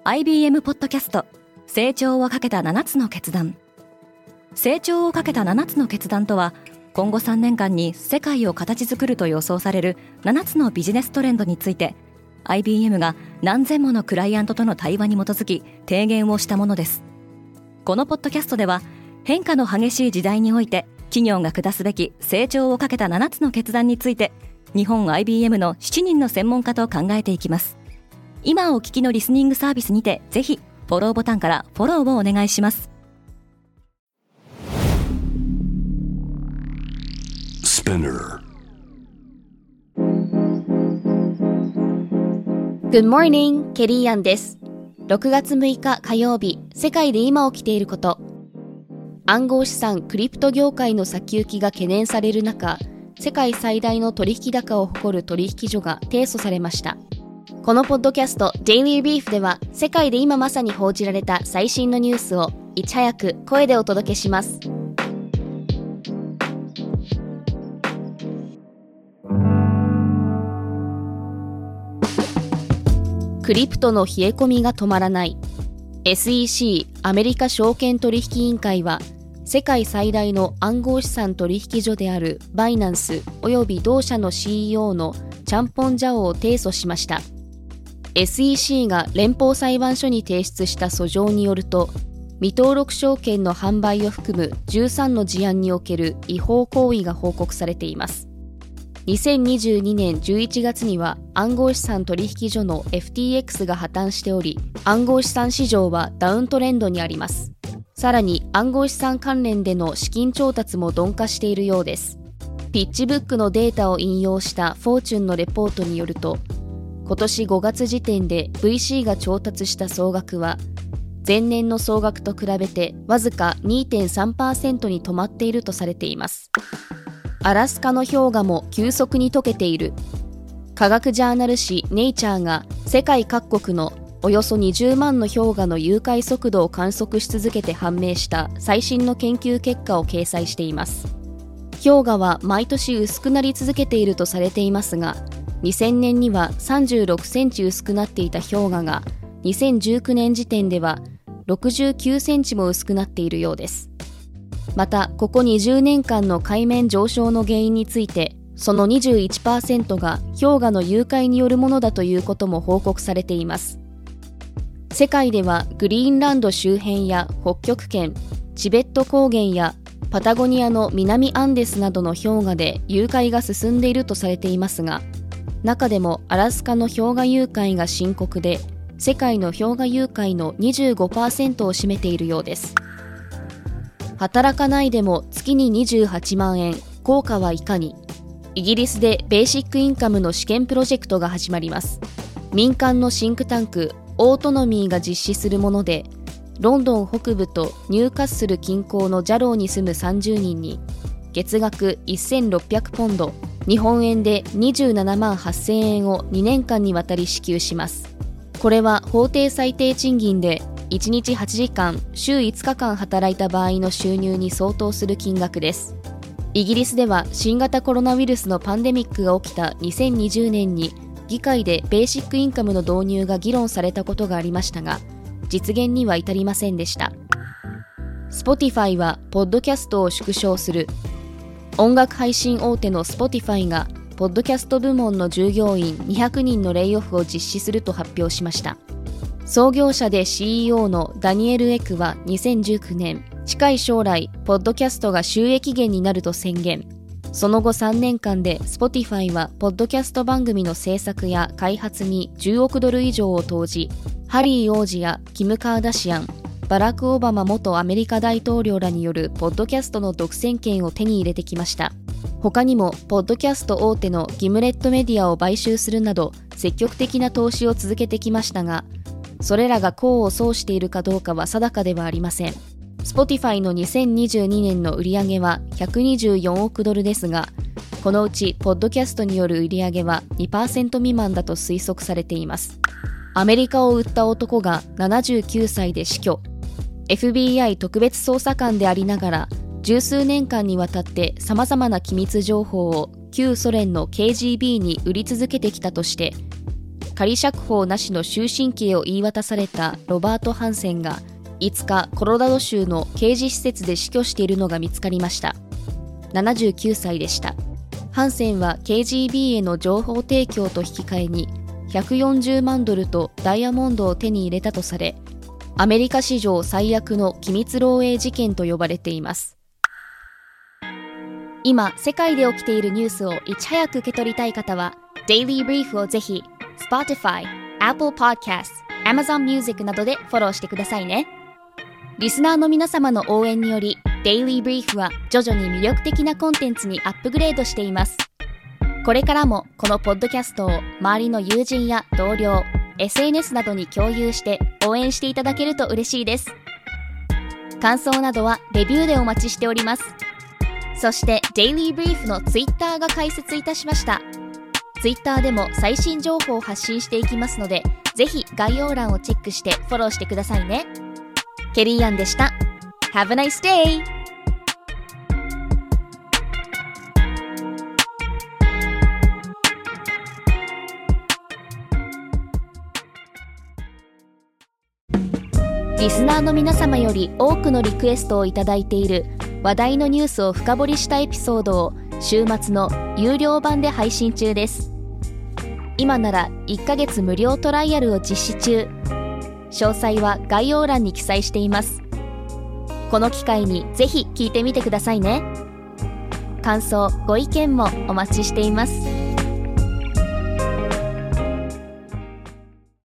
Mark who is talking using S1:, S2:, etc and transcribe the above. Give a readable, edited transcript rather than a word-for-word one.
S1: IBM ポッドキャスト成長をかけた7つの決断。成長をかけた7つの決断とは、今後3年間に世界を形作ると予想される7つのビジネストレンドについて IBM が何千ものクライアントとの対話に基づき提言をしたものです。このポッドキャストでは、変化の激しい時代において企業が下すべき成長をかけた7つの決断について、日本 IBM の7人の専門家と考えていきます。今お聞きのリスニングサービスにて、ぜひフォローボタンからフォローをお願いします。
S2: Good morning, ケリーアンです。6月6日火曜日、世界で今起きていること。暗号資産クリプト業界の先行きが懸念される中、世界最大の取引高を誇る取引所が提訴されました。このポッドキャスト Daily Brief では、世界で今まさに報じられた最新のニュースをいち早く声でお届けします。クリプトの冷え込みが止まらない。 SEC アメリカ証券取引委員会は、世界最大の暗号資産取引所であるバイナンスおよび同社の CEO のチャンポン・ジャオを提訴しました。SEC が連邦裁判所に提出した訴状によると、未登録証券の販売を含む13の事案における違法行為が報告されています。2022年11月には暗号資産取引所の FTX が破綻しており、暗号資産市場はダウントレンドにあります。さらに暗号資産関連での資金調達も鈍化しているようです。ピッチブックのデータを引用したフォーチュンのレポートによると、今年5月時点で VC が調達した総額は、前年の総額と比べてわずか 2.3% に止まっているとされています。アラスカの氷河も急速に溶けている。科学ジャーナル誌ネイチャーが世界各国のおよそ20万の氷河の融解速度を観測し続けて判明した最新の研究結果を掲載しています。氷河は毎年薄くなり続けているとされていますが、2000年には36センチ薄くなっていた氷河が、2019年時点では69センチも薄くなっているようです。また、ここ20年間の海面上昇の原因について、その 21% が氷河の融解によるものだということも報告されています。世界ではグリーンランド周辺や北極圏、チベット高原やパタゴニアの南アンデスなどの氷河で融解が進んでいるとされていますが、中でもアラスカの氷河融解が深刻で、世界の氷河融解の 25% を占めているようです。働かないでも月に28万円、効果はいかに。イギリスでベーシックインカムの試験プロジェクトが始まります。民間のシンクタンクオートノミーが実施するもので、ロンドン北部とニューカッスル近郊のジャローに住む30人に月額1600ポンド、日本円で27万8000円を2年間にわたり支給します。これは法定最低賃金で1日8時間、週5日間働いた場合の収入に相当する金額です。イギリスでは新型コロナウイルスのパンデミックが起きた2020年に議会でベーシックインカムの導入が議論されたことがありましたが、実現には至りませんでした。Spotify はポッドキャストを縮小する。音楽配信大手の Spotify がポッドキャスト部門の従業員200人のレイオフを実施すると発表しました。創業者で CEO のダニエル・エクは2019年、近い将来ポッドキャストが収益源になると宣言。その後3年間で Spotify はポッドキャスト番組の制作や開発に10億ドル以上を投じ、ハリー王子やキム・カーダシアン、バラク・オバマ元アメリカ大統領らによるポッドキャストの独占権を手に入れてきました。他にもポッドキャスト大手のギムレットメディアを買収するなど積極的な投資を続けてきましたが、それらが功を奏しているかどうかは定かではありません。Spotify の2022年の売上は124億ドルですが、このうちポッドキャストによる売上は 2% 未満だと推測されています。アメリカを売った男が79歳で死去。FBI 特別捜査官でありながら、十数年間にわたって様々な機密情報を旧ソ連の KGB に売り続けてきたとして、 仮釈放なしの終身刑を言い渡されたロバート・ハンセンが5日コロラド州の刑事施設で死去しているのが見つかりました。79歳でした。ハンセンは KGB への情報提供と引き換えに140万ドルとダイヤモンドを手に入れたとされ、アメリカ史上最悪の機密漏洩事件と呼ばれています。今、世界で起きているニュースをいち早く受け取りたい方は、Daily Brief をぜひ Spotify、Apple Podcasts、Amazon Music などでフォローしてくださいね。リスナーの皆様の応援により、Daily Brief は徐々に魅力的なコンテンツにアップグレードしています。これからもこのポッドキャストを周りの友人や同僚、SNS などに共有して応援していただけると嬉しいです。感想などはレビューでお待ちしております。そして Daily Brief の Twitter が開設いたしました。Twitter でも最新情報を発信していきますので、ぜひ概要欄をチェックしてフォローしてくださいね。ケリーアンでした。Have a nice day! リスナーの皆様より多くのリクエストをいただいている話題のニュースを深掘りしたエピソードを週末の有料版で配信中です。今なら1ヶ月無料トライアルを実施中。詳細は概要欄に記載しています。この機会にぜひ聞いてみてくださいね。感想、ご意見もお待ちしています。